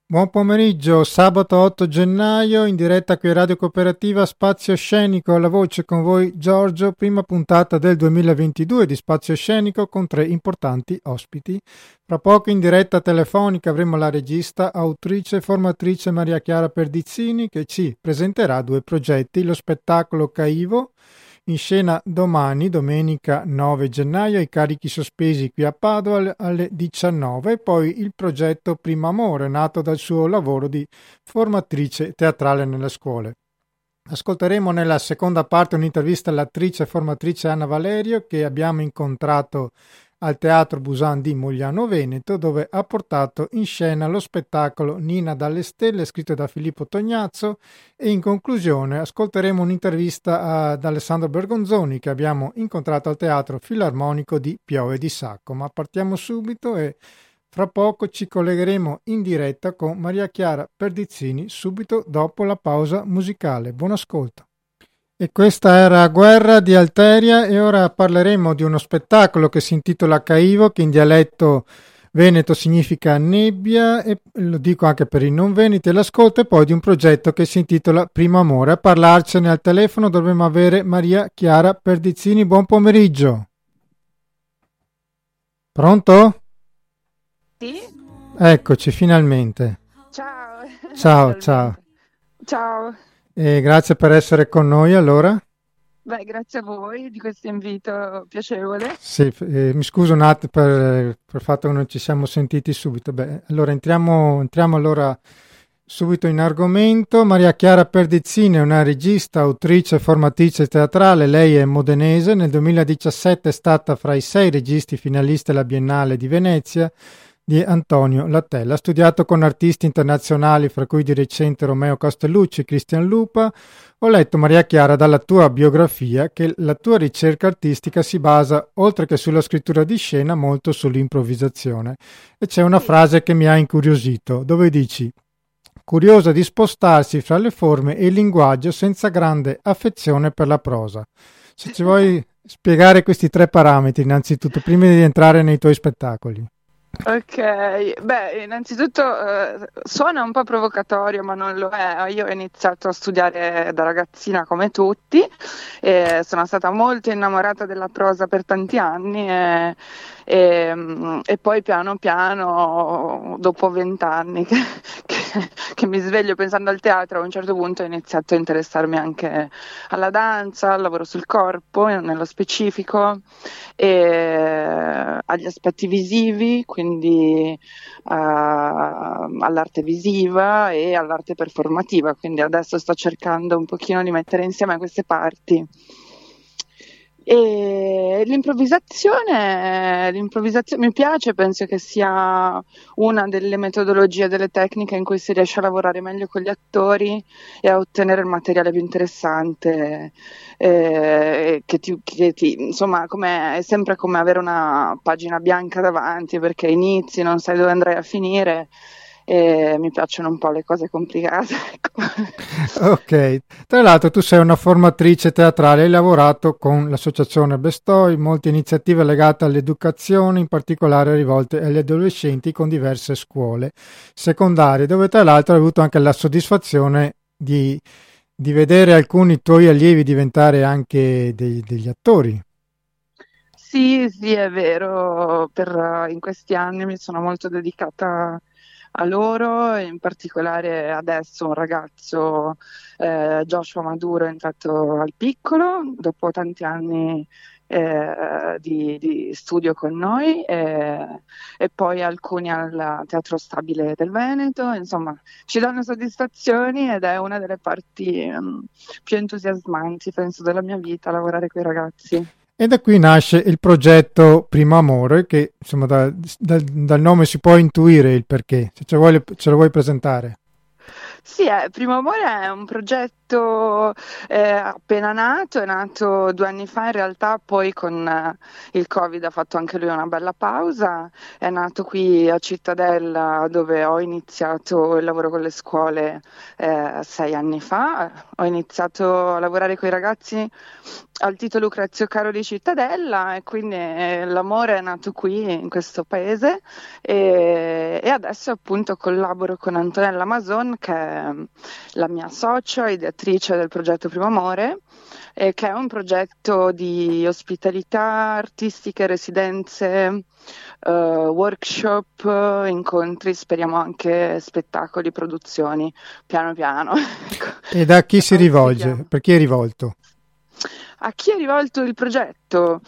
Buon pomeriggio, sabato 8 gennaio, in diretta qui a Radio Cooperativa Spazio Scenico, alla voce con voi Giorgio, prima puntata del 2022 di Spazio Scenico con 3 importanti ospiti. Fra poco in diretta telefonica avremo la regista, autrice e formatrice Maria Chiara Perdizzini che ci presenterà 2 progetti, lo spettacolo Caivo, in scena domani, domenica 9 gennaio, ai carichi sospesi qui a Padova alle 19, e poi il progetto Primo Amore, nato dal suo lavoro di formatrice teatrale nelle scuole. Ascolteremo nella seconda parte un'intervista all'attrice e formatrice Anna Valerio che abbiamo incontrato al Teatro Busan di Mogliano Veneto, dove ha portato in scena lo spettacolo Nina dalle Stelle, scritto da Filippo Tognazzo, e in conclusione ascolteremo un'intervista ad Alessandro Bergonzoni che abbiamo incontrato al Teatro Filarmonico di Piove di Sacco. Ma partiamo subito e fra poco ci collegheremo in diretta con Maria Chiara Perdizzini subito dopo la pausa musicale. Buon ascolto. E questa era Guerra di Alteria e ora parleremo di uno spettacolo che si intitola Caivo, che in dialetto veneto significa nebbia, e lo dico anche per i non veneti all'ascolto, e poi di un progetto che si intitola Primo Amore. A parlarcene al telefono dovremo avere Maria Chiara Perdizzini. Buon pomeriggio. Pronto? Sì? Eccoci, finalmente. Ciao. Ciao, Finalmente. ciao. Ciao. E grazie per essere con noi allora. Beh, grazie a voi di questo invito piacevole. Sì, mi scuso un attimo per il fatto che non ci siamo sentiti subito. Beh, allora entriamo allora subito in argomento. Maria Chiara Perdizzini è una regista, autrice e formatrice teatrale. Lei è modenese. Nel 2017 è stata fra i 6 registi finalisti alla Biennale di Venezia di Antonio Lattella. Ha studiato con artisti internazionali, fra cui di recente Romeo Castellucci e Cristian Lupa. Ho letto, Maria Chiara, dalla tua biografia che la tua ricerca artistica si basa, oltre che sulla scrittura di scena, molto sull'improvvisazione. E c'è una frase che mi ha incuriosito, dove dici: curiosa di spostarsi fra le forme e il linguaggio senza grande affezione per la prosa. Se ci vuoi spiegare questi 3 parametri, innanzitutto, prima di entrare nei tuoi spettacoli. Ok, beh, innanzitutto suona un po' provocatorio, ma non lo è. Io ho iniziato a studiare da ragazzina come tutti e sono stata molto innamorata della prosa per tanti anni e poi piano piano, dopo 20 anni che mi sveglio pensando al teatro, a un certo punto ho iniziato a interessarmi anche alla danza, al lavoro sul corpo, nello specifico, e agli aspetti visivi, quindi all'arte visiva e all'arte performativa, quindi adesso sto cercando un pochino di mettere insieme queste parti. E l'improvvisazione mi piace, penso che sia una delle metodologie, delle tecniche in cui si riesce a lavorare meglio con gli attori e a ottenere il materiale più interessante, insomma, è sempre come avere una pagina bianca davanti, perché inizi, non sai dove andrai a finire. E mi piacciono un po' le cose complicate, ecco. Ok, tra l'altro tu sei una formatrice teatrale, hai lavorato con l'associazione Bestoi, molte iniziative legate all'educazione, in particolare rivolte agli adolescenti con diverse scuole secondarie, dove tra l'altro hai avuto anche la soddisfazione di vedere alcuni tuoi allievi diventare anche degli attori. Sì, è vero, in questi anni mi sono molto dedicata a loro, e in particolare adesso un ragazzo, Joshua Maduro, è entrato al Piccolo dopo tanti anni di studio con noi, e poi alcuni al Teatro Stabile del Veneto. Insomma, ci danno soddisfazioni ed è una delle parti più entusiasmanti, penso, della mia vita, lavorare con i ragazzi. E da qui nasce il progetto Primo Amore, che insomma dal nome si può intuire il perché, se ce lo vuoi presentare. Sì, Primo Amore è un progetto appena nato, è nato 2 anni fa in realtà, poi con il Covid ha fatto anche lui una bella pausa, è nato qui a Cittadella dove ho iniziato il lavoro con le scuole 6 anni fa, ho iniziato a lavorare con i ragazzi al Tito Lucrezio Caro di Cittadella e quindi l'amore è nato qui in questo paese e adesso appunto collaboro con Antonella Mason, che è la mia socia, ideatrice del progetto Primo Amore, che è un progetto di ospitalità artistiche, residenze, workshop, incontri, speriamo anche spettacoli, produzioni, piano piano. Ecco. E da chi si rivolge? Auspichiamo. Per chi è rivolto? A chi è rivolto il progetto?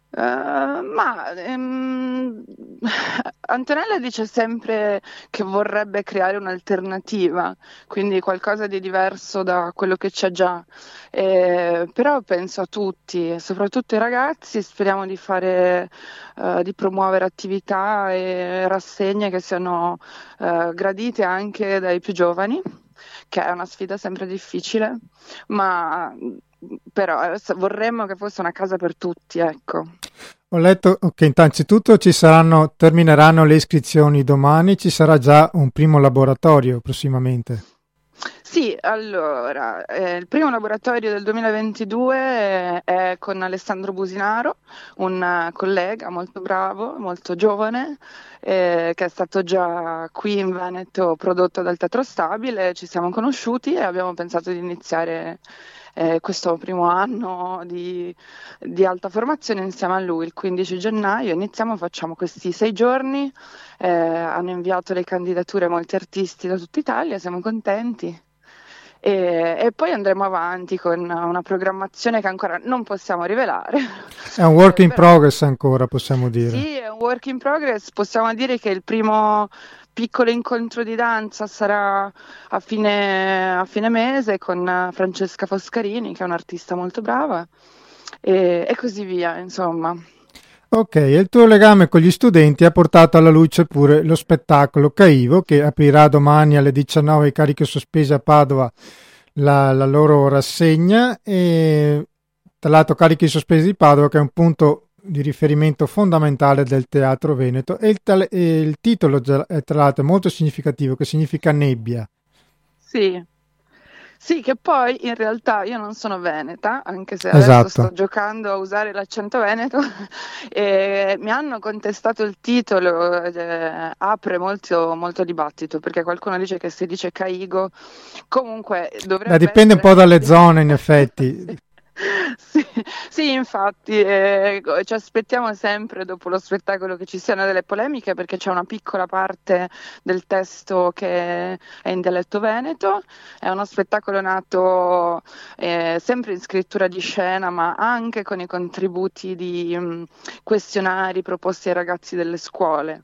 Ma Antonella dice sempre che vorrebbe creare un'alternativa, quindi qualcosa di diverso da quello che c'è già. Però penso a tutti, soprattutto ai ragazzi, speriamo di promuovere attività e rassegne che siano gradite anche dai più giovani, che è una sfida sempre difficile, ma però vorremmo che fosse una casa per tutti, ecco. Ho letto che innanzitutto termineranno le iscrizioni domani, ci sarà già un primo laboratorio prossimamente. Sì, allora, il primo laboratorio del 2022 è con Alessandro Businaro, un collega molto bravo, molto giovane, che è stato già qui in Veneto prodotto dal Teatro Stabile. Ci siamo conosciuti e abbiamo pensato di iniziare questo primo anno di alta formazione insieme a lui. Il 15 gennaio iniziamo, facciamo questi 6 giorni, hanno inviato le candidature molti artisti da tutta Italia, siamo contenti. E poi andremo avanti con una programmazione che ancora non possiamo rivelare. È un work in Però progress ancora, possiamo dire. sì, è un work in progress. Possiamo dire che il primo piccolo incontro di danza sarà a fine mese con Francesca Foscarini, che è un'artista molto brava, e così via, insomma. Ok, e il tuo legame con gli studenti ha portato alla luce pure lo spettacolo Caivo, che aprirà domani alle 19 ai Cariche Sospesi a Padova la loro rassegna, e tra l'altro Carichi Sospesi di Padova, che è un punto di riferimento fondamentale del teatro veneto, e il titolo è tra l'altro molto significativo, che significa nebbia. Sì. Sì, che poi in realtà io non sono veneta, anche se adesso Esatto. sto giocando a usare l'accento veneto, e mi hanno contestato il titolo, apre molto, molto dibattito, perché qualcuno dice che si dice Caigo, comunque Beh, dovrebbe dipende un essere po' dalle nebbia. zone, in effetti. Sì. Sì, sì, infatti, ci aspettiamo sempre dopo lo spettacolo che ci siano delle polemiche perché c'è una piccola parte del testo che è in dialetto veneto, è uno spettacolo nato sempre in scrittura di scena, ma anche con i contributi di questionari proposti ai ragazzi delle scuole.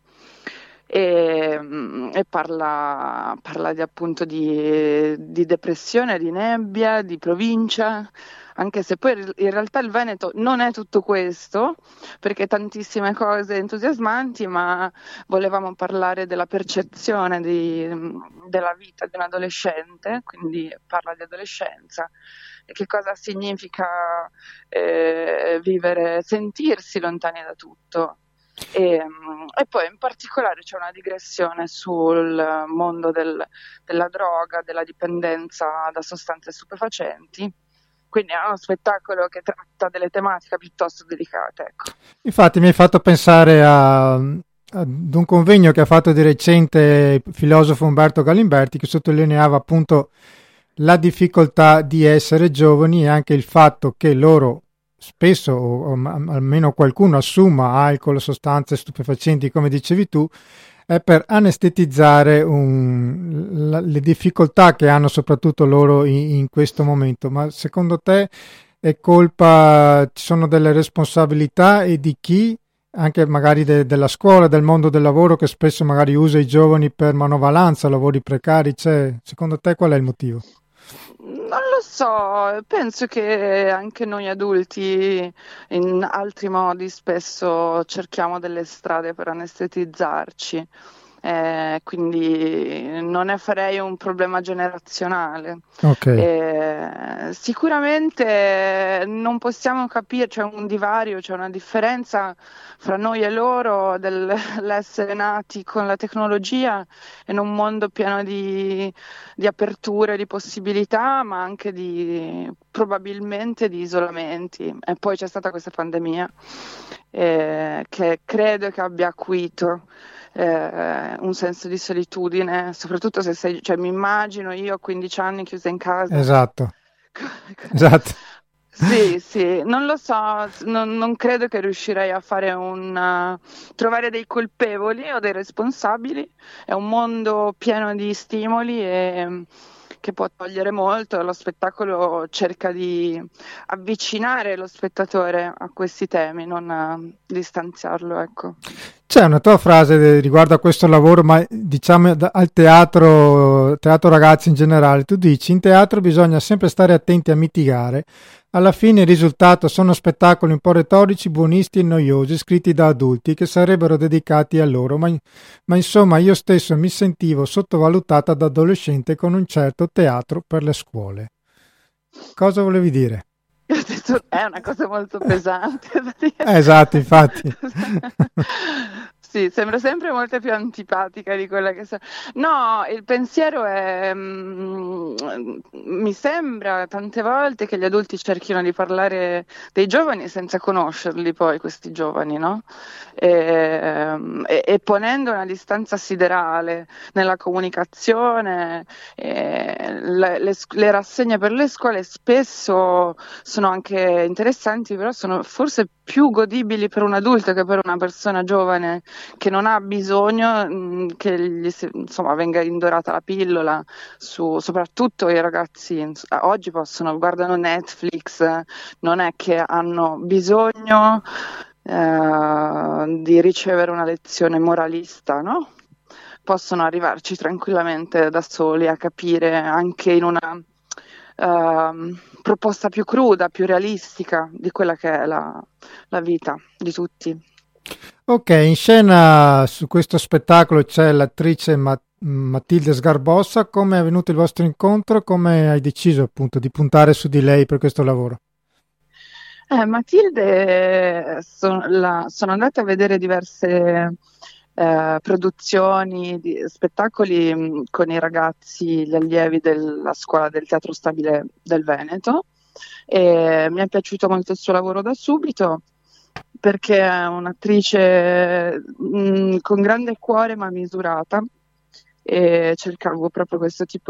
E parla appunto di depressione, di nebbia, di provincia, anche se poi in realtà il Veneto non è tutto questo, perché tantissime cose entusiasmanti, ma volevamo parlare della percezione della vita di un adolescente, quindi parla di adolescenza e che cosa significa vivere, sentirsi lontani da tutto. E poi in particolare c'è una digressione sul mondo della droga, della dipendenza da sostanze stupefacenti. Quindi è uno spettacolo che tratta delle tematiche piuttosto delicate, ecco. Infatti mi hai fatto pensare ad un convegno che ha fatto di recente il filosofo Umberto Galimberti, che sottolineava appunto la difficoltà di essere giovani e anche il fatto che loro spesso, o almeno qualcuno, assuma alcol, sostanze stupefacenti, come dicevi tu, è per anestetizzare le difficoltà che hanno soprattutto loro in questo momento. Ma secondo te ci sono delle responsabilità, e di chi? Anche magari della scuola, del mondo del lavoro, che spesso magari usa i giovani per manovalanza, lavori precari. Secondo te qual è il motivo? Non lo so, penso che anche noi adulti in altri modi spesso cerchiamo delle strade per anestetizzarci. quindi non ne farei un problema generazionale. Ok, Sicuramente non possiamo capire, c'è un divario, c'è una differenza fra noi e loro dell'essere nati con la tecnologia in un mondo pieno di aperture, di possibilità, ma anche probabilmente di isolamenti. E poi c'è stata questa pandemia che credo che abbia acuito un senso di solitudine, soprattutto se sei, cioè mi immagino io a 15 anni chiusa in casa. esatto, esatto. Sì, sì, non lo so, non credo che riuscirei a fare trovare dei colpevoli o dei responsabili. È un mondo pieno di stimoli e che può togliere molto. Lo spettacolo cerca di avvicinare lo spettatore a questi temi, non distanziarlo, ecco. C'è una tua frase riguardo a questo lavoro, ma diciamo al teatro ragazzi in generale. Tu dici: in teatro bisogna sempre stare attenti a mitigare. Alla fine il risultato sono spettacoli un po' retorici, buonisti e noiosi, scritti da adulti che sarebbero dedicati a loro, ma insomma io stesso mi sentivo sottovalutata da adolescente con un certo teatro per le scuole. Cosa volevi dire? È una cosa molto pesante da dire. Esatto, infatti. Sì, sembra sempre molto più antipatica di quella che sono. No, il pensiero è... mi sembra tante volte che gli adulti cerchino di parlare dei giovani senza conoscerli poi, questi giovani, no? E ponendo una distanza siderale nella comunicazione, le rassegne per le scuole spesso sono anche interessanti, però sono forse più godibili per un adulto che per una persona giovane che non ha bisogno che insomma, venga indorata la pillola soprattutto i ragazzi oggi guardano Netflix, non è che hanno bisogno di ricevere una lezione moralista, no? Possono arrivarci tranquillamente da soli a capire anche in una proposta più cruda, più realistica di quella che è la vita di tutti. Ok, in scena su questo spettacolo c'è l'attrice Matilde Sgarbossa. Come è venuto il vostro incontro? Come hai deciso appunto di puntare su di lei per questo lavoro? Matilde, sono andata a vedere diverse produzioni di spettacoli con i ragazzi, gli allievi della scuola del Teatro Stabile del Veneto e mi è piaciuto molto il suo lavoro da subito perché è un'attrice con grande cuore ma misurata e cercavo proprio questo tipo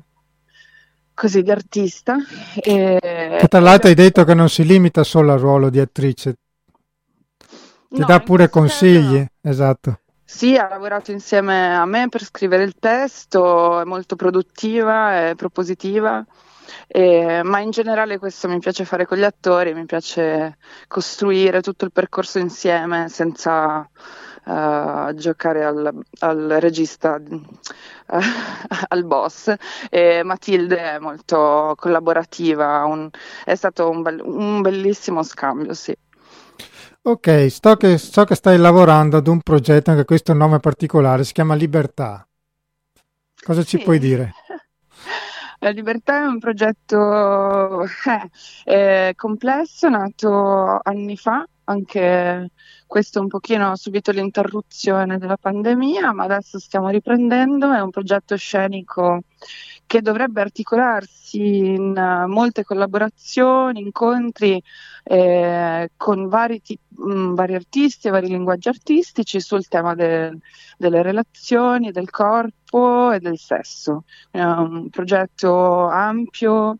di artista. Che tra l'altro hai detto che non si limita solo al ruolo di attrice, ti No, dà in pure questo caso consigli, no. esatto. Sì, ha lavorato insieme a me per scrivere il testo, è molto produttiva, è propositiva, ma in generale questo mi piace fare con gli attori, mi piace costruire tutto il percorso insieme senza giocare al regista, al boss. E Matilde è molto collaborativa, è stato un bellissimo scambio, sì. Ok, so che stai lavorando ad un progetto, anche questo è un nome particolare, si chiama Libertà. Cosa ci puoi Sì, dire? La Libertà è un progetto complesso, nato anni fa, anche questo un pochino ha subito l'interruzione della pandemia, ma adesso stiamo riprendendo, è un progetto scenico che dovrebbe articolarsi in molte collaborazioni, incontri con vari artisti e vari linguaggi artistici sul tema delle relazioni, del corpo e del sesso. È un progetto ampio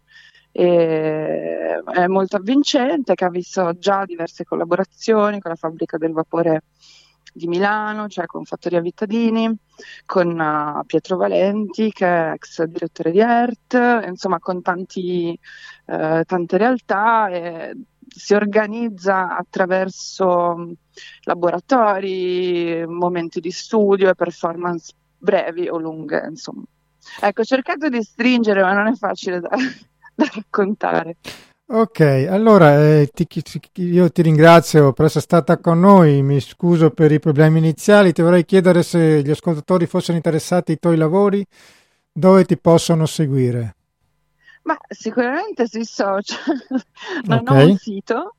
e è molto avvincente, che ha visto già diverse collaborazioni con la Fabbrica del Vapore di Milano, cioè con Fattoria Vittadini, con Pietro Valenti, che è ex direttore di ERT, insomma con tante realtà. Si organizza attraverso laboratori, momenti di studio e performance brevi o lunghe, insomma. Ecco, ho cercato di stringere, ma non è facile da raccontare. Ok, allora io ti ringrazio per essere stata con noi, mi scuso per i problemi iniziali, ti vorrei chiedere se gli ascoltatori fossero interessati ai tuoi lavori, dove ti possono seguire? Ma sicuramente sui social, non Ok, ho un sito,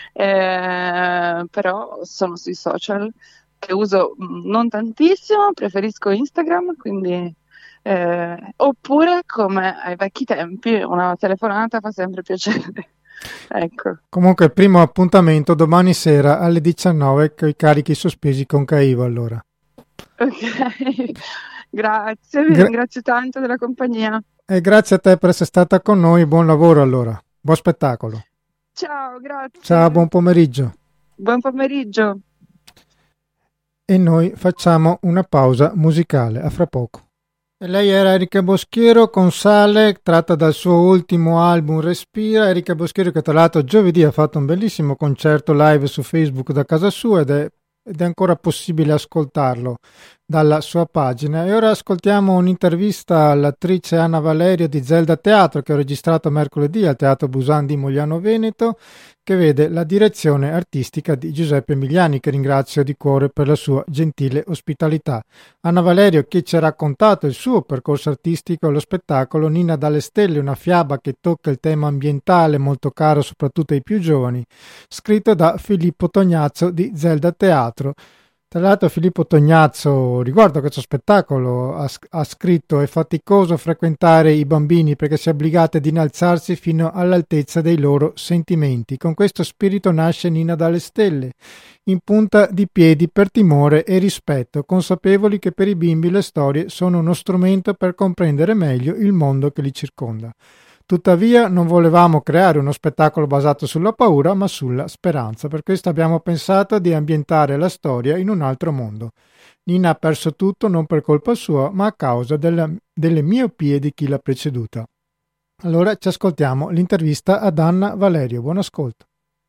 però sono sui social che uso non tantissimo, preferisco Instagram, quindi oppure come ai vecchi tempi una telefonata fa sempre piacere. Ecco, comunque il primo appuntamento domani sera alle 19 con i carichi sospesi con Caivo allora. ok, grazie, vi Gra- ringrazio tanto della compagnia. e grazie a te per essere stata con noi, buon lavoro allora, buon spettacolo. Ciao, Ciao, grazie, buon pomeriggio. buon pomeriggio. E noi facciamo una pausa musicale, a fra poco. E lei era Erika Boschiero con Sale, tratta dal suo ultimo album Respira. Erika Boschiero che tra l'altro giovedì ha fatto un bellissimo concerto live su Facebook da casa sua ed è ancora possibile ascoltarlo dalla sua pagina. E ora ascoltiamo un'intervista all'attrice Anna Valerio di Zelda Teatro che ho registrato mercoledì al Teatro Busan di Mogliano Veneto, che vede la direzione artistica di Giuseppe Emiliani, che ringrazio di cuore per la sua gentile ospitalità. Anna Valerio che ci ha raccontato il suo percorso artistico allo spettacolo Nina dalle Stelle, una fiaba che tocca il tema ambientale molto caro soprattutto ai più giovani, scritto da Filippo Tognazzo di Zelda Teatro. Tra l'altro Filippo Tognazzo, riguardo a questo spettacolo, ha scritto: è faticoso frequentare i bambini perché si è obbligati ad innalzarsi fino all'altezza dei loro sentimenti. Con questo spirito nasce Nina dalle Stelle, in punta di piedi per timore e rispetto, consapevoli che per i bimbi le storie sono uno strumento per comprendere meglio il mondo che li circonda. Tuttavia non volevamo creare uno spettacolo basato sulla paura, ma sulla speranza. Per questo abbiamo pensato di ambientare la storia in un altro mondo. Nina ha perso tutto non per colpa sua, ma a causa delle miopie di chi l'ha preceduta. Allora ci ascoltiamo l'intervista ad Anna Valerio. Buon ascolto.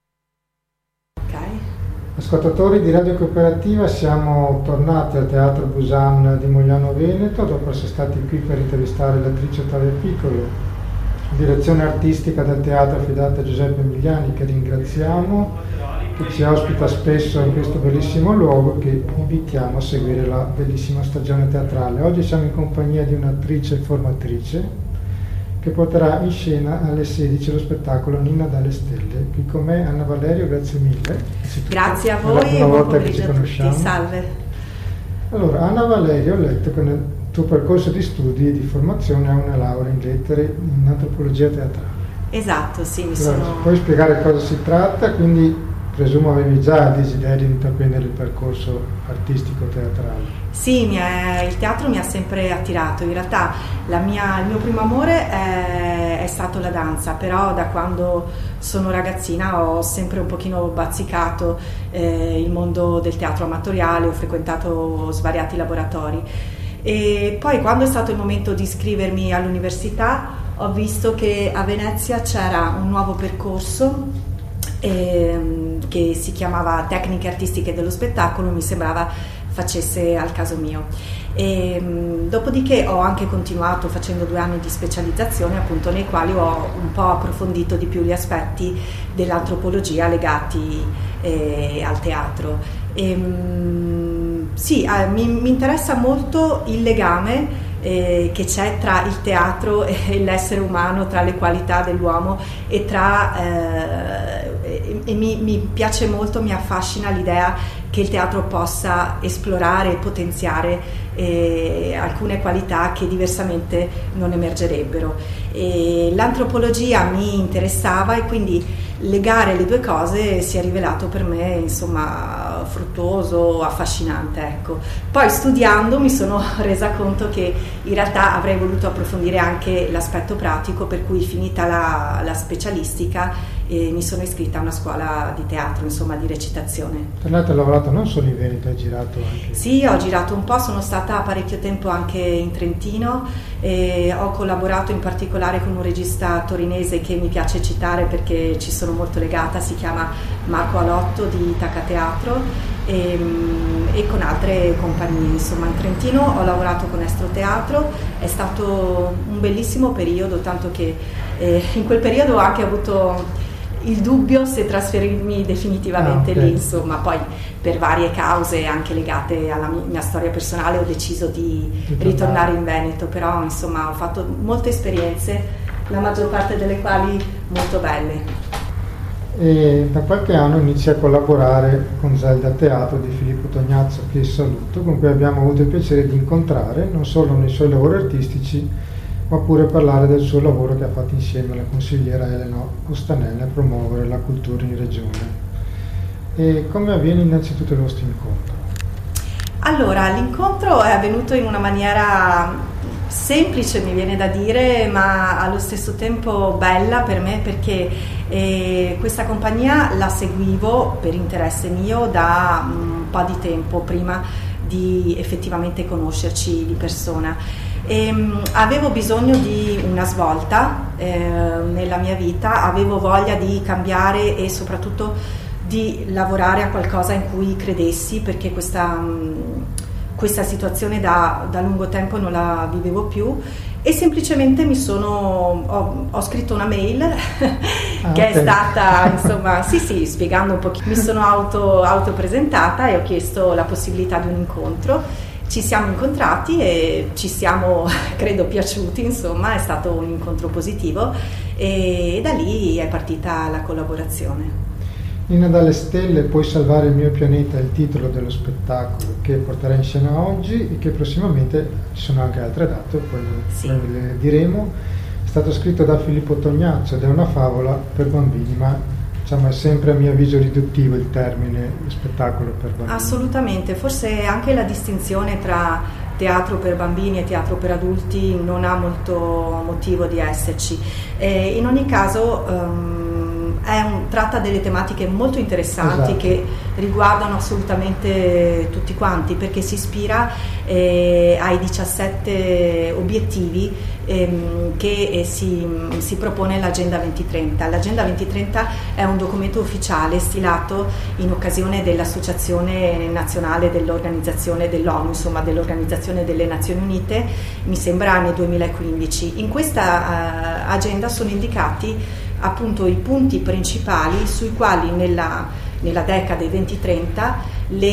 Ascoltatori di Radio Cooperativa, siamo tornati al Teatro Busan di Mogliano Veneto dopo essere stati qui per intervistare l'attrice Ottavia Piccolo, direzione artistica del teatro affidata a Giuseppe Emiliani, che ringraziamo, che ci ospita spesso in questo bellissimo luogo, che invitiamo a seguire la bellissima stagione teatrale. Oggi siamo in compagnia di un'attrice e formatrice che porterà in scena alle 16 lo spettacolo Nina dalle Stelle. Qui con me Anna Valerio, grazie mille. Grazie a voi e buon pomeriggio a tutti, salve. Allora, Anna Valerio, ho letto che nel tuo percorso di studi e di formazione hai una laurea in lettere in antropologia teatrale. Esatto, sì, Puoi spiegare cosa si tratta? Quindi presumo avevi già il desiderio di intraprendere il percorso artistico teatrale. Sì, il teatro mi ha sempre attirato. In realtà il mio primo amore è stato la danza, però da quando sono ragazzina ho sempre un pochino bazzicato il mondo del teatro amatoriale, ho frequentato svariati laboratori. E poi quando è stato il momento di iscrivermi all'università ho visto che a Venezia c'era un nuovo percorso che si chiamava Tecniche Artistiche dello Spettacolo, mi sembrava facesse al caso mio. Dopodiché ho anche continuato facendo 2 anni di specializzazione, appunto, nei quali ho un po' approfondito di più gli aspetti dell'antropologia legati al teatro. Sì, mi interessa molto il legame che c'è tra il teatro e l'essere umano, tra le qualità dell'uomo e mi piace molto, mi affascina l'idea che il teatro possa esplorare e potenziare alcune qualità che diversamente non emergerebbero. L'antropologia mi interessava e quindi legare le due cose si è rivelato per me, insomma, fruttuoso, affascinante, ecco. Poi studiando mi sono resa conto che in realtà avrei voluto approfondire anche l'aspetto pratico, per cui finita la specialistica mi sono iscritta a una scuola di teatro, insomma, di recitazione. Tra l'altro hai lavorato non solo in Veneto, hai girato anche. Sì, ho girato un po', sono stata parecchio tempo anche in Trentino e ho collaborato in particolare con un regista torinese che mi piace citare perché ci sono molto legata, si chiama Marco Alotto di Itaca Teatro, e con altre compagnie. Insomma, in Trentino ho lavorato con Estro Teatro, è stato un bellissimo periodo, tanto che in quel periodo ho anche avuto il dubbio se trasferirmi definitivamente lì, insomma, poi per varie cause anche legate alla mia storia personale ho deciso di ritornare in Veneto, però insomma ho fatto molte esperienze, la maggior parte delle quali molto belle. E da qualche anno inizia a collaborare con Zelda Teatro di Filippo Tognazzo, che saluto, con cui abbiamo avuto il piacere di incontrare non solo nei suoi lavori artistici, ma pure parlare del suo lavoro che ha fatto insieme alla consigliera Elena Costanella a promuovere la cultura in regione. E come avviene innanzitutto il vostro incontro? Allora, l'incontro è avvenuto in una maniera semplice, mi viene da dire, ma allo stesso tempo bella per me, perché questa compagnia la seguivo per interesse mio da un po' di tempo, prima di effettivamente conoscerci di persona. Avevo bisogno di una svolta nella mia vita, avevo voglia di cambiare e soprattutto di lavorare a qualcosa in cui credessi, perché questa situazione da lungo tempo non la vivevo più, e semplicemente ho scritto una mail che è stata, insomma, sì, spiegando un pochino, mi sono autopresentata e ho chiesto la possibilità di un incontro. Ci siamo incontrati e ci siamo, credo, piaciuti, insomma, è stato un incontro positivo e da lì è partita la collaborazione. Nina dalle stelle, puoi salvare il mio pianeta, è il titolo dello spettacolo che porterà in scena oggi e che prossimamente ci sono anche altre date, poi le diremo. È stato scritto da Filippo Tognazzo ed è una favola per bambini, ma diciamo è sempre a mio avviso riduttivo il termine spettacolo per bambini. Assolutamente, forse anche la distinzione tra teatro per bambini e teatro per adulti non ha molto motivo di esserci. In ogni caso tratta delle tematiche molto interessanti, esatto, che riguardano assolutamente tutti quanti, perché si ispira ai 17 obiettivi che si propone l'Agenda 2030. L'Agenda 2030 è un documento ufficiale stilato in occasione dell'Associazione Nazionale dell'Organizzazione dell'ONU, insomma dell'Organizzazione delle Nazioni Unite, mi sembra nel 2015. In questa agenda sono indicati appunto i punti principali sui quali nella decade 2030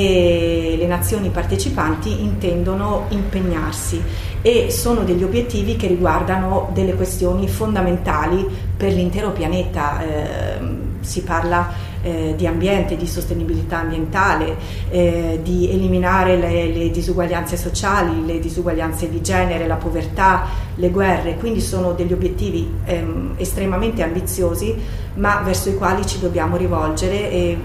le nazioni partecipanti intendono impegnarsi, e sono degli obiettivi che riguardano delle questioni fondamentali per l'intero pianeta. Si parla di ambiente, di sostenibilità ambientale, di eliminare le disuguaglianze sociali, le disuguaglianze di genere, la povertà, le guerre. Quindi sono degli obiettivi estremamente ambiziosi, ma verso i quali ci dobbiamo rivolgere e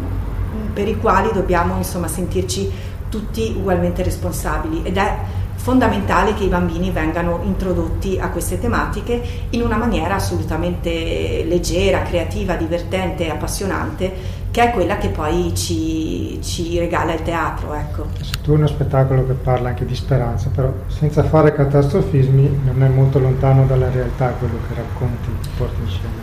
per i quali dobbiamo, insomma, sentirci tutti ugualmente responsabili, ed è fondamentale che i bambini vengano introdotti a queste tematiche in una maniera assolutamente leggera, creativa, divertente e appassionante, che è quella che poi ci regala il teatro, ecco. Tu è uno spettacolo che parla anche di speranza, però senza fare catastrofismi non è molto lontano dalla realtà quello che racconti, porti insieme.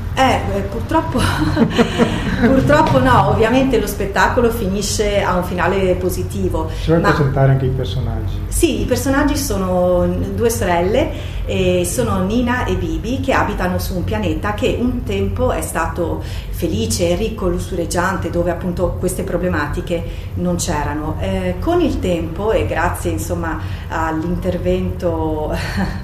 Purtroppo no, ovviamente lo spettacolo finisce a un finale positivo. Ci vuoi presentare anche i personaggi? Sì, i personaggi sono due sorelle, sono Nina e Bibi, che abitano su un pianeta che un tempo è stato felice, ricco, lussureggiante, dove appunto queste problematiche non c'erano. Con il tempo e grazie, insomma, all'intervento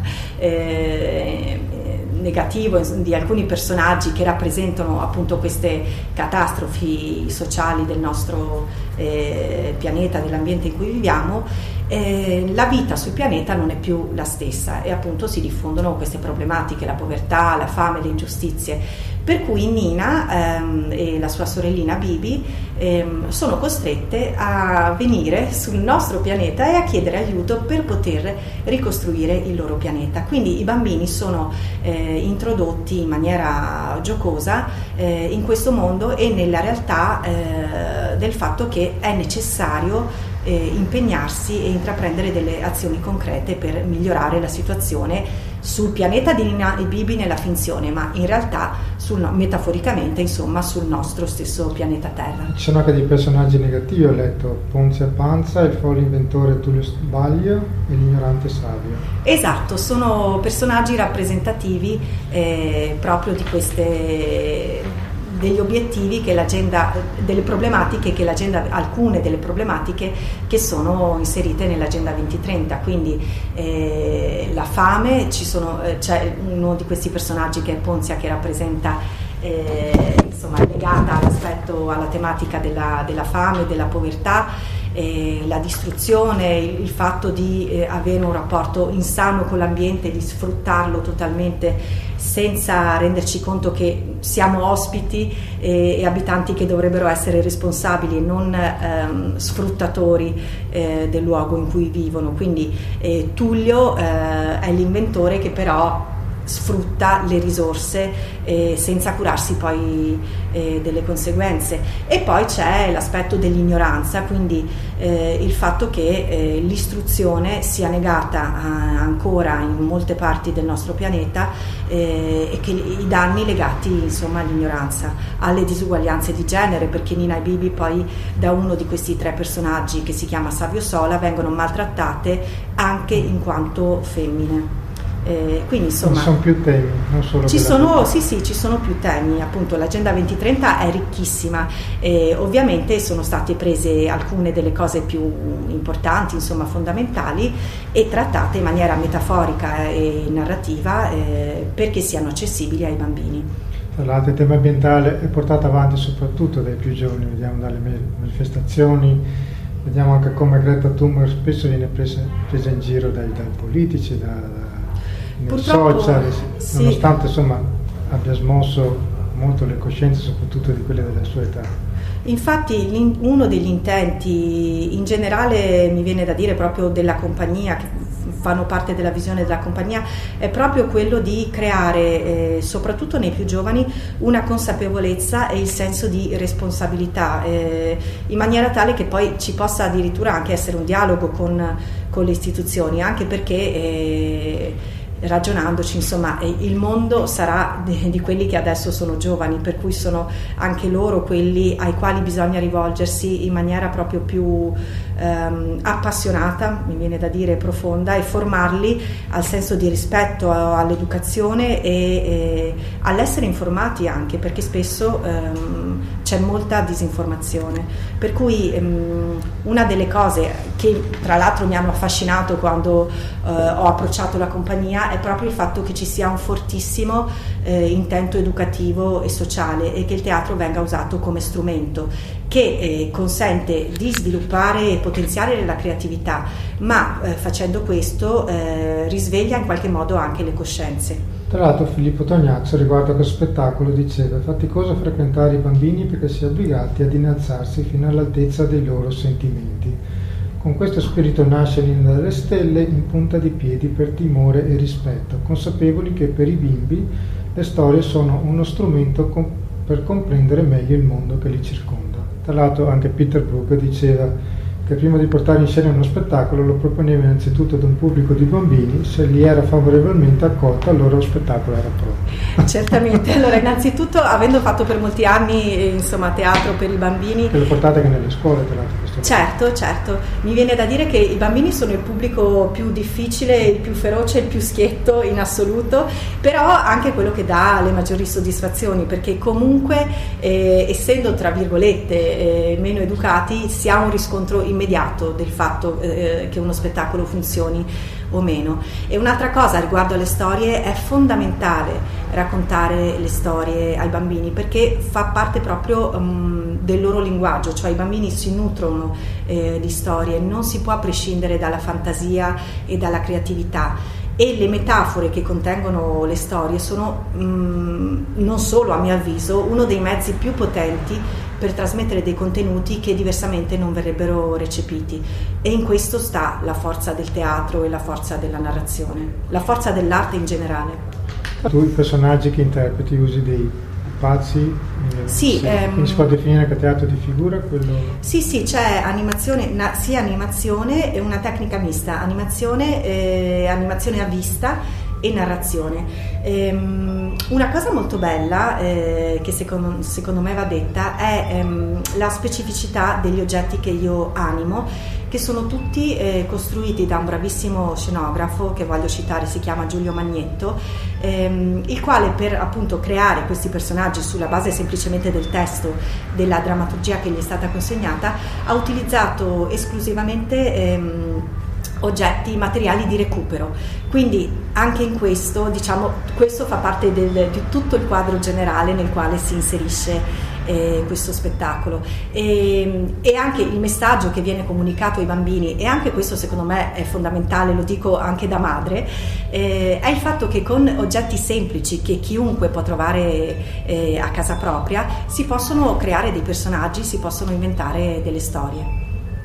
negativo di alcuni personaggi che rappresentano appunto queste catastrofi sociali del nostro pianeta, dell'ambiente in cui viviamo, la vita sul pianeta non è più la stessa e appunto si diffondono queste problematiche, la povertà, la fame, le ingiustizie. Per cui Nina e la sua sorellina Bibi sono costrette a venire sul nostro pianeta e a chiedere aiuto per poter ricostruire il loro pianeta. Quindi i bambini sono introdotti in maniera giocosa in questo mondo e nella realtà del fatto che è necessario impegnarsi e intraprendere delle azioni concrete per migliorare la situazione sul pianeta di Nina e Bibi nella finzione, ma in realtà metaforicamente, insomma, sul nostro stesso pianeta Terra. Ci sono anche dei personaggi negativi, ho letto Ponzia Panza, il folle inventore Tullio Sbaglio e l'ignorante Savio. Esatto, sono personaggi rappresentativi proprio di degli obiettivi che l'agenda, delle problematiche che l'agenda, alcune delle problematiche che sono inserite nell'agenda 2030, quindi la fame, c'è uno di questi personaggi che è Ponzia, che rappresenta insomma, legata all'aspetto, alla tematica della fame, della povertà, la distruzione, il fatto di avere un rapporto insano con l'ambiente, di sfruttarlo totalmente senza renderci conto che siamo ospiti e abitanti che dovrebbero essere responsabili e non sfruttatori del luogo in cui vivono. Quindi Tullio è l'inventore che però sfrutta le risorse senza curarsi poi delle conseguenze. E poi c'è l'aspetto dell'ignoranza, quindi il fatto che l'istruzione sia negata ancora in molte parti del nostro pianeta e che i danni legati, insomma, all'ignoranza, alle disuguaglianze di genere, perché Nina e Bibi poi da uno di questi tre personaggi, che si chiama Savio Sola, vengono maltrattate anche in quanto femmine. Quindi insomma ci sono più temi, non solo ci sono più temi, appunto l'agenda 2030 è ricchissima, ovviamente sono state prese alcune delle cose più importanti, insomma fondamentali, e trattate in maniera metaforica e narrativa perché siano accessibili ai bambini. Tra l'altro il tema ambientale è portato avanti soprattutto dai più giovani, vediamo dalle manifestazioni, vediamo anche come Greta Thunberg spesso viene presa in giro dai politici, nei social, sì, nonostante insomma abbia smosso molto le coscienze, soprattutto di quelle della sua età. Infatti uno degli intenti in generale, mi viene da dire, proprio della compagnia, che fanno parte della visione della compagnia, è proprio quello di creare soprattutto nei più giovani una consapevolezza e il senso di responsabilità, in maniera tale che poi ci possa addirittura anche essere un dialogo con le istituzioni, anche perché ragionandoci, insomma, il mondo sarà di quelli che adesso sono giovani, per cui sono anche loro quelli ai quali bisogna rivolgersi in maniera proprio più appassionata, mi viene da dire profonda, e formarli al senso di rispetto all'educazione e all'essere informati, anche perché spesso c'è molta disinformazione, per cui una delle cose che tra l'altro mi hanno affascinato quando ho approcciato la compagnia è proprio il fatto che ci sia un fortissimo intento educativo e sociale, e che il teatro venga usato come strumento che consente di sviluppare e potenziare la creatività, ma facendo questo risveglia in qualche modo anche le coscienze. Tra l'altro Filippo Tognazzo riguardo a questo spettacolo diceva: è faticoso frequentare i bambini perché si è obbligati ad innalzarsi fino all'altezza dei loro sentimenti. Con questo spirito nasce l'Inno delle Stelle in punta di piedi per timore e rispetto, consapevoli che per i bimbi le storie sono uno strumento per comprendere meglio il mondo che li circonda. Tra l'altro anche Peter Brook diceva che prima di portare in scena uno spettacolo lo proponeva innanzitutto ad un pubblico di bambini, se gli era favorevolmente accolto allora lo spettacolo era pronto. Certamente, allora innanzitutto, avendo fatto per molti anni insomma teatro per i bambini, che lo portate anche nelle scuole, tra l'altro. Certo, mi viene da dire che i bambini sono il pubblico più difficile, il più feroce, il più schietto in assoluto, però anche quello che dà le maggiori soddisfazioni, perché comunque essendo tra virgolette meno educati si ha un riscontro immediato del fatto che uno spettacolo funzioni o meno. E un'altra cosa riguardo alle storie: è fondamentale raccontare le storie ai bambini perché fa parte proprio del loro linguaggio, cioè i bambini si nutrono di storie, non si può prescindere dalla fantasia e dalla creatività, e le metafore che contengono le storie sono non solo, a mio avviso, uno dei mezzi più potenti per trasmettere dei contenuti che diversamente non verrebbero recepiti, e in questo sta la forza del teatro e la forza della narrazione, la forza dell'arte in generale. Tu i personaggi che interpreti usi dei spazi. Sì, quindi si può definire anche teatro di figura quello? Sì, c'è animazione, sia animazione e una tecnica mista, animazione a vista e narrazione. Una cosa molto bella che secondo me va detta è la specificità degli oggetti che io animo, che sono tutti costruiti da un bravissimo scenografo che voglio citare, si chiama Giulio Magnetto, il quale per appunto creare questi personaggi sulla base semplicemente del testo, della drammaturgia che gli è stata consegnata, ha utilizzato esclusivamente oggetti, materiali di recupero. Quindi anche in questo, diciamo, questo fa parte di tutto il quadro generale nel quale si inserisce questo spettacolo, e anche il messaggio che viene comunicato ai bambini, e anche questo secondo me è fondamentale, lo dico anche da madre, è il fatto che con oggetti semplici che chiunque può trovare a casa propria si possono creare dei personaggi, si possono inventare delle storie.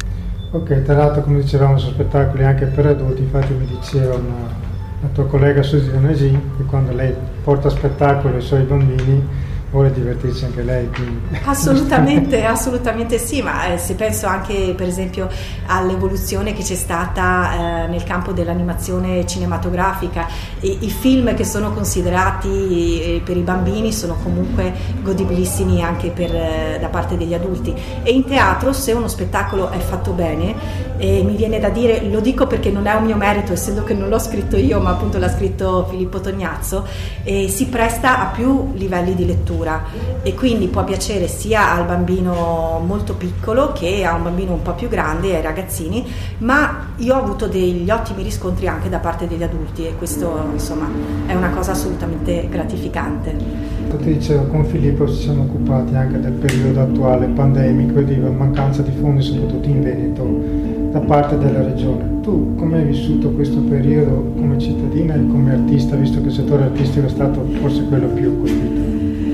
Ok, tra l'altro, come dicevamo, sono spettacoli anche per adulti. Infatti mi diceva la tua collega Susi Donesi che quando lei porta spettacoli ai suoi bambini vuole divertirsi anche lei, quindi. Assolutamente sì, ma se penso anche per esempio all'evoluzione che c'è stata nel campo dell'animazione cinematografica, i film che sono considerati per i bambini sono comunque godibilissimi anche da parte degli adulti, e in teatro, se uno spettacolo è fatto bene, mi viene da dire, lo dico perché non è un mio merito, essendo che non l'ho scritto io ma appunto l'ha scritto Filippo Tognazzo, si presta a più livelli di lettura, e quindi può piacere sia al bambino molto piccolo che a un bambino un po' più grande, ai ragazzini, ma io ho avuto degli ottimi riscontri anche da parte degli adulti, e questo insomma è una cosa assolutamente gratificante. Ti dicevo, con Filippo ci siamo occupati anche del periodo attuale pandemico e di mancanza di fondi soprattutto in Veneto da parte della regione. Tu come hai vissuto questo periodo come cittadina e come artista, visto che il settore artistico è stato forse quello più colpito?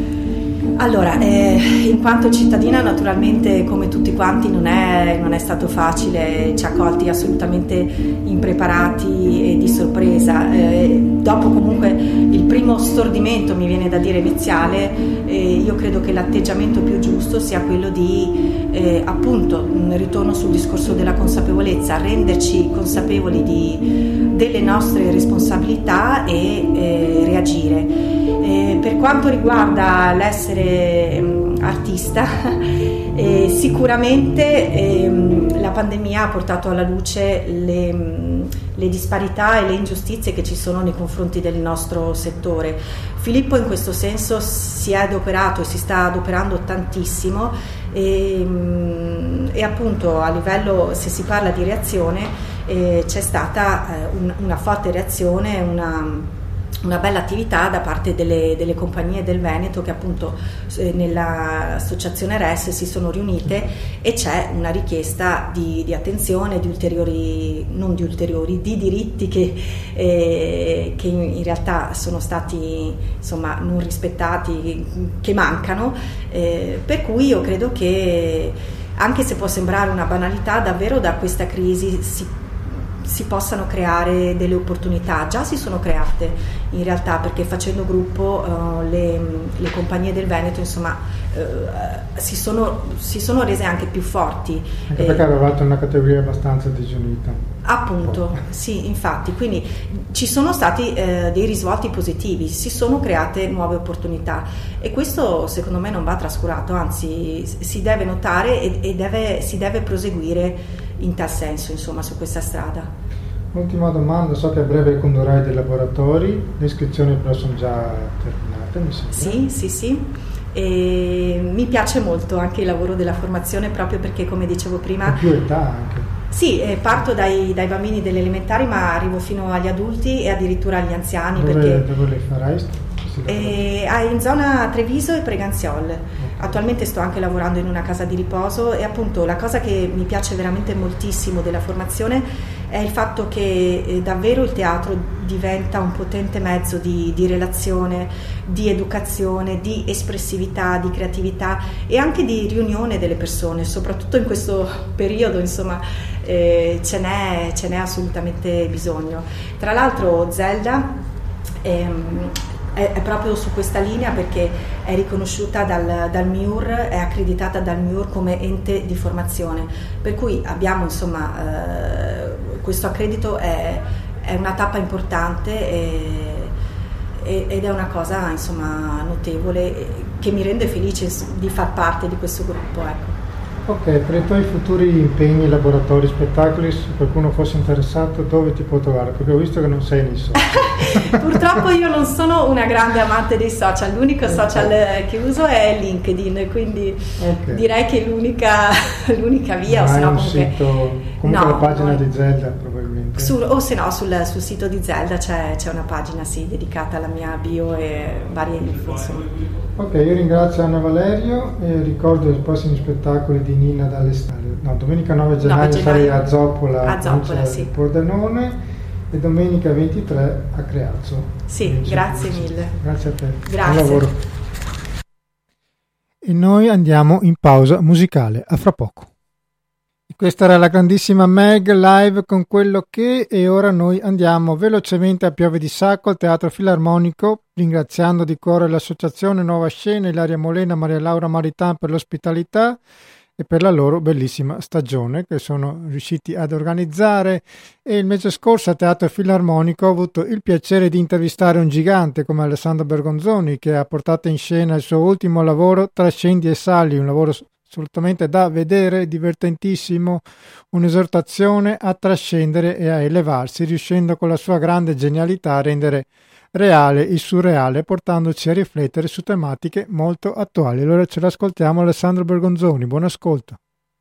Allora, in quanto cittadina naturalmente come tutti quanti non è stato facile, ci ha colti assolutamente impreparati e di sorpresa. Dopo comunque il primo stordimento, mi viene da dire viziale, io credo che l'atteggiamento più giusto sia quello di appunto, ritorno sul discorso della consapevolezza, renderci consapevoli delle nostre responsabilità e reagire. Per quanto riguarda l'essere artista, sicuramente la pandemia ha portato alla luce le disparità e le ingiustizie che ci sono nei confronti del nostro settore. Filippo in questo senso si è adoperato e si sta adoperando tantissimo, e appunto a livello, se si parla di reazione, c'è stata una forte reazione, una bella attività da parte delle compagnie del Veneto, che appunto nell'associazione RES si sono riunite, e c'è una richiesta di attenzione, di diritti che in realtà sono stati insomma non rispettati, che mancano, per cui io credo che, anche se può sembrare una banalità, davvero da questa crisi si possano creare delle opportunità. Già si sono create in realtà, perché facendo gruppo le compagnie del Veneto insomma si sono rese anche più forti, anche perché avevate una categoria abbastanza disunita, appunto. Sì, infatti, quindi ci sono stati dei risvolti positivi, si sono create nuove opportunità, e questo secondo me non va trascurato, anzi si deve notare e si deve proseguire in tal senso, insomma, su questa strada. Ultima domanda, so che a breve condurrai dei laboratori, le iscrizioni però sono già terminate, mi sembra. Sì. E mi piace molto anche il lavoro della formazione, proprio perché, come dicevo prima, con più età anche. Sì, parto dai bambini delle elementari, ma arrivo fino agli adulti e addirittura agli anziani. Dove le farai? In zona Treviso e Preganziol. Attualmente sto anche lavorando in una casa di riposo, e appunto la cosa che mi piace veramente moltissimo della formazione è il fatto che davvero il teatro diventa un potente mezzo di relazione, di educazione, di espressività, di creatività e anche di riunione delle persone, soprattutto in questo periodo, insomma, ce n'è assolutamente bisogno. Tra l'altro Zelda è è proprio su questa linea, perché è riconosciuta dal MIUR, è accreditata dal MIUR come ente di formazione, per cui abbiamo insomma questo accredito è una tappa importante ed è una cosa insomma notevole, che mi rende felice di far parte di questo gruppo, ecco. Ok, per i tuoi futuri impegni, laboratori, spettacoli, se qualcuno fosse interessato, dove ti può trovare? Perché ho visto che non sei nei social. Purtroppo io non sono una grande amante dei social, l'unico social che uso è LinkedIn, quindi direi che è l'unica via. Ma o se no, un sito, comunque la pagina di Zelda probabilmente. O se no sul sito di Zelda c'è una pagina dedicata alla mia bio e varie info. Ok, io ringrazio Anna Valerio e ricordo i prossimi spettacoli di Nina domenica 9 gennaio sarei a Zoppola, sì. Pordenone, e domenica 23 a Creazzo. Sì, grazie mille. Grazie a te. Grazie. Buon lavoro. E noi andiamo in pausa musicale, a fra poco. Questa era la grandissima Meg live con Quello che, e ora noi andiamo velocemente a Piove di Sacco, al Teatro Filarmonico, ringraziando di cuore l'associazione Nuova Scena, Ilaria Molena, Maria Laura Maritan per l'ospitalità e per la loro bellissima stagione che sono riusciti ad organizzare. E il mese scorso a Teatro Filarmonico ho avuto il piacere di intervistare un gigante come Alessandro Bergonzoni, che ha portato in scena il suo ultimo lavoro, Tra scendi e sali, un lavoro assolutamente da vedere, divertentissimo, un'esortazione a trascendere e a elevarsi, riuscendo con la sua grande genialità a rendere reale il surreale, portandoci a riflettere su tematiche molto attuali. Allora ce l'ascoltiamo, Alessandro Bergonzoni, buon ascolto.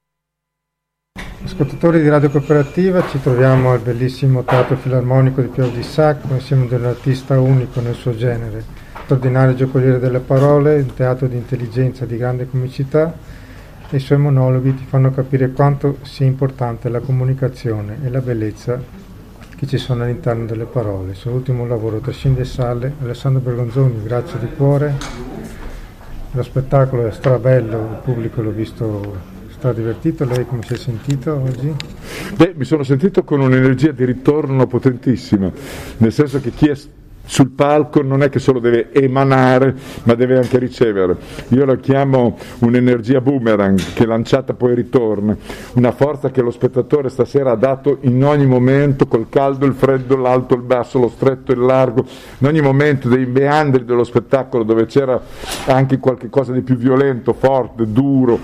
Ascoltatori di Radio Cooperativa, ci troviamo al bellissimo Teatro Filarmonico di Piove di Sacco insieme ad un artista unico nel suo genere, straordinario giocoliere delle parole, un teatro di intelligenza, di grande comicità, e i suoi monologhi ti fanno capire quanto sia importante la comunicazione e la bellezza che ci sono all'interno delle parole. Il suo ultimo lavoro, Tra scendi e sale. Alessandro Bergonzoni, grazie di cuore. Lo spettacolo è strabello, il pubblico l'ho visto stradivertito. Lei come si è sentito oggi? Mi sono sentito con un'energia di ritorno potentissima, nel senso che chi è sul palco non è che solo deve emanare, ma deve anche ricevere. Io la chiamo un'energia boomerang che lanciata poi ritorna, una forza che lo spettatore stasera ha dato in ogni momento, col caldo, il freddo, l'alto, il basso, lo stretto, il largo, in ogni momento dei meandri dello spettacolo, dove c'era anche qualche cosa di più violento, forte, duro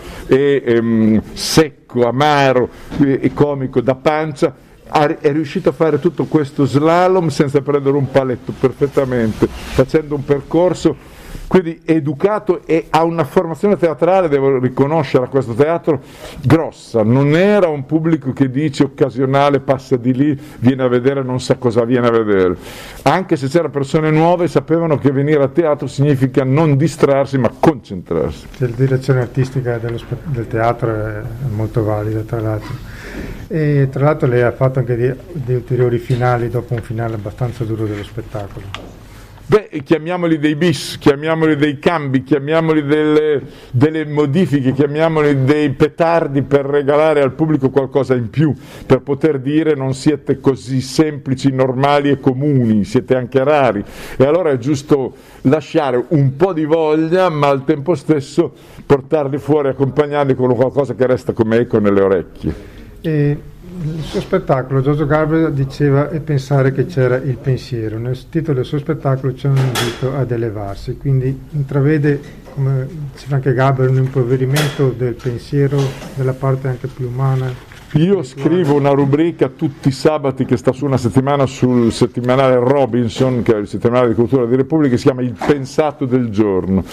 e secco, amaro e comico da pancia. È riuscito a fare tutto questo slalom senza prendere un paletto, perfettamente, facendo un percorso quindi educato, e ha una formazione teatrale, devo riconoscere, a questo teatro grossa. Non era un pubblico che dice occasionale, passa di lì, viene a vedere, non sa cosa viene a vedere. Anche se c'erano persone nuove, sapevano che venire a teatro significa non distrarsi ma concentrarsi. La direzione artistica del teatro è molto valida, tra l'altro. E tra l'altro lei ha fatto anche dei ulteriori finali dopo un finale abbastanza duro dello spettacolo. Chiamiamoli dei bis, chiamiamoli dei cambi, chiamiamoli delle modifiche, chiamiamoli dei petardi per regalare al pubblico qualcosa in più, per poter dire non siete così semplici, normali e comuni, siete anche rari. E allora è giusto lasciare un po' di voglia, ma al tempo stesso portarli fuori, accompagnarli con qualcosa che resta come eco nelle orecchie. E il suo spettacolo, Giorgio Gabriel diceva "e pensare che c'era il pensiero". Nel titolo del suo spettacolo c'è un invito ad elevarsi, quindi intravede, come diceva anche Gabriel, un impoverimento del pensiero, della parte anche più umana. Io scrivo una rubrica tutti i sabati che sta su una settimana sul settimanale Robinson, che è il settimanale di cultura di Repubblica, che si chiama Il pensato del giorno.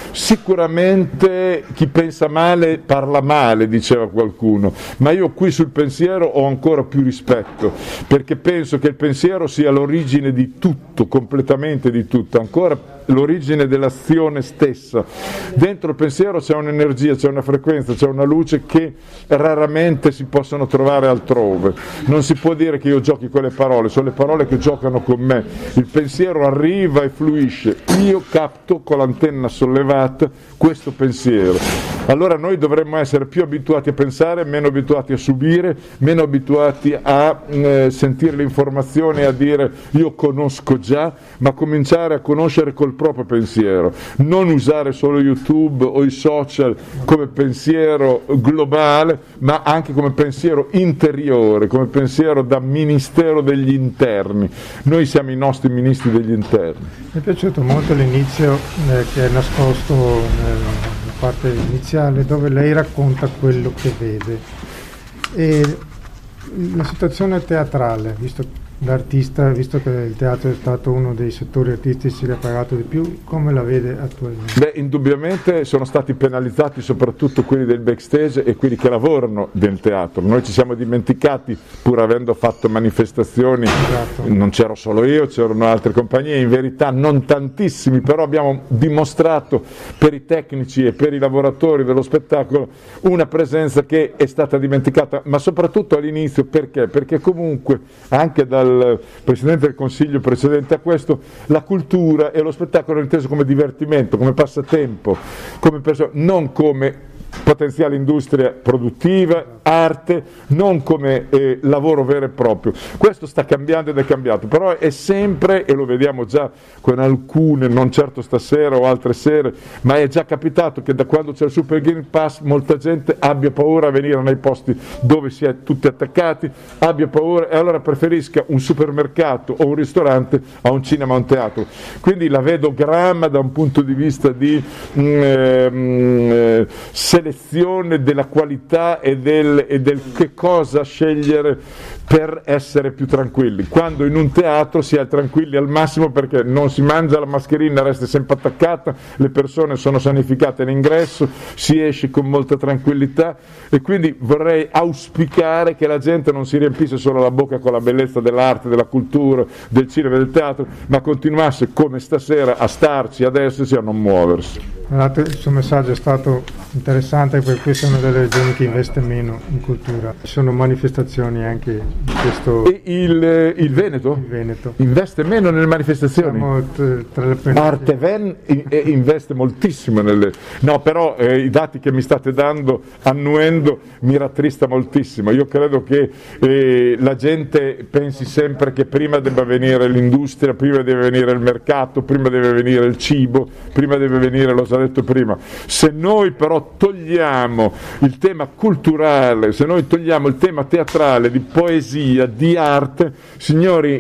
Sicuramente chi pensa male parla male, diceva qualcuno, ma io qui sul pensiero ho ancora più rispetto, perché penso che il pensiero sia l'origine di tutto, completamente di tutto, ancora l'origine dell'azione stessa. Dentro il pensiero c'è un'energia, c'è una frequenza, c'è una luce che raramente si possono trovare altrove. Non si può dire che io giochi con le parole, sono le parole che giocano con me. Il pensiero arriva e fluisce, io capto con l'antenna sollevata questo pensiero. Allora noi dovremmo essere più abituati a pensare, meno abituati a subire, meno abituati a sentire l'informazione e a dire io conosco già, ma cominciare a conoscere col proprio pensiero, non usare solo YouTube o i social come pensiero globale, ma anche come pensiero interiore, come pensiero da Ministero degli Interni. Noi siamo i nostri ministri degli interni. Mi è piaciuto molto l'inizio che è nascosto nella parte iniziale, dove lei racconta quello che vede e la situazione teatrale, visto l'artista, visto che il teatro è stato uno dei settori artistici che ha pagato di più, come la vede attualmente? Beh, indubbiamente sono stati penalizzati soprattutto quelli del backstage e quelli che lavorano nel teatro. Noi ci siamo dimenticati, pur avendo fatto manifestazioni, esatto. Non c'ero solo io, c'erano altre compagnie, in verità non tantissimi, però abbiamo dimostrato per i tecnici e per i lavoratori dello spettacolo una presenza che è stata dimenticata, ma soprattutto all'inizio. Perché? Perché comunque anche dal Presidente del Consiglio precedente a questo, la cultura e lo spettacolo è inteso come divertimento, come passatempo, non come potenziale industria produttiva, arte, non come lavoro vero e proprio. Questo sta cambiando ed è cambiato, però è sempre, e lo vediamo già con alcune, non certo stasera o altre sere, ma è già capitato che da quando c'è il Super Green Pass molta gente abbia paura a venire nei posti dove si è tutti attaccati, abbia paura e allora preferisca un supermercato o un ristorante a un cinema o un teatro. Quindi la vedo gramma da un punto di vista di selezione della qualità e del che cosa scegliere per essere più tranquilli. Quando in un teatro si è tranquilli al massimo perché non si mangia, la mascherina resta sempre attaccata, le persone sono sanificate all'ingresso, si esce con molta tranquillità e quindi vorrei auspicare che la gente non si riempisse solo la bocca con la bellezza dell'arte, della cultura, del cinema e del teatro, ma continuasse come stasera a starci, ad esserci, a non muoversi. Il suo messaggio è stato interessante perché questa è una delle regioni che investe meno in cultura. Ci sono manifestazioni anche in questo... E il Veneto? Il Veneto investe meno nelle manifestazioni? Tra le Arteven investe moltissimo nelle... No, però i dati che mi state dando annuendo mi rattrista moltissimo. Io credo che la gente pensi sempre che prima debba venire l'industria, prima deve venire il mercato, prima deve venire il cibo, prima deve venire lo detto prima. Se noi però togliamo il tema culturale, se noi togliamo il tema teatrale, di poesia, di arte, signori,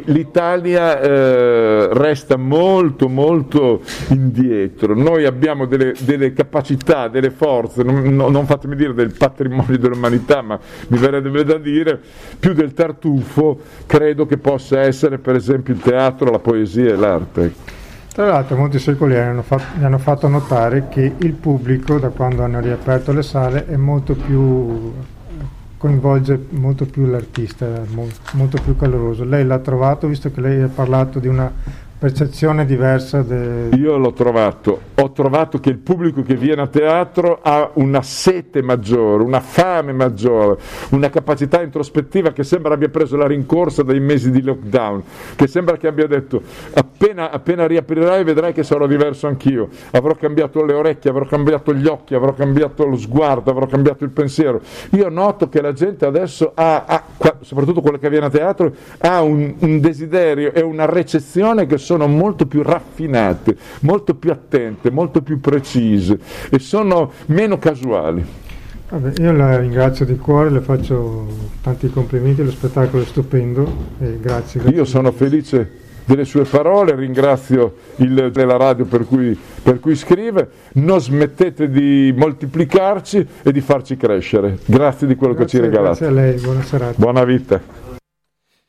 l'Italia resta molto molto indietro. Noi abbiamo delle capacità, delle forze, non fatemi dire del patrimonio dell'umanità, ma mi verrebbe da dire più del tartufo, credo che possa essere per esempio il teatro, la poesia e l'arte. Tra l'altro molti secolieri mi hanno fatto notare che il pubblico, da quando hanno riaperto le sale, è molto più coinvolge molto più l'artista, molto più caloroso. Lei l'ha trovato, visto che lei ha parlato di una percezione diversa? Io l'ho trovato, ho trovato che il pubblico che viene a teatro ha una sete maggiore, una fame maggiore, una capacità introspettiva che sembra abbia preso la rincorsa dai mesi di lockdown, che sembra che abbia detto appena riaprirai vedrai che sarò diverso anch'io, avrò cambiato le orecchie, avrò cambiato gli occhi, avrò cambiato lo sguardo, avrò cambiato il pensiero. Io noto che la gente adesso soprattutto quella che viene a teatro, ha un desiderio e una recezione che sono molto più raffinate, molto più attente, molto più precise e sono meno casuali. Vabbè, io la ringrazio di cuore, le faccio tanti complimenti, lo spettacolo è stupendo e grazie. Io sono felice delle sue parole, ringrazio la radio per cui scrive, non smettete di moltiplicarci e di farci crescere. Grazie di quello che ci regalate. Grazie a lei, buona serata. Buona vita.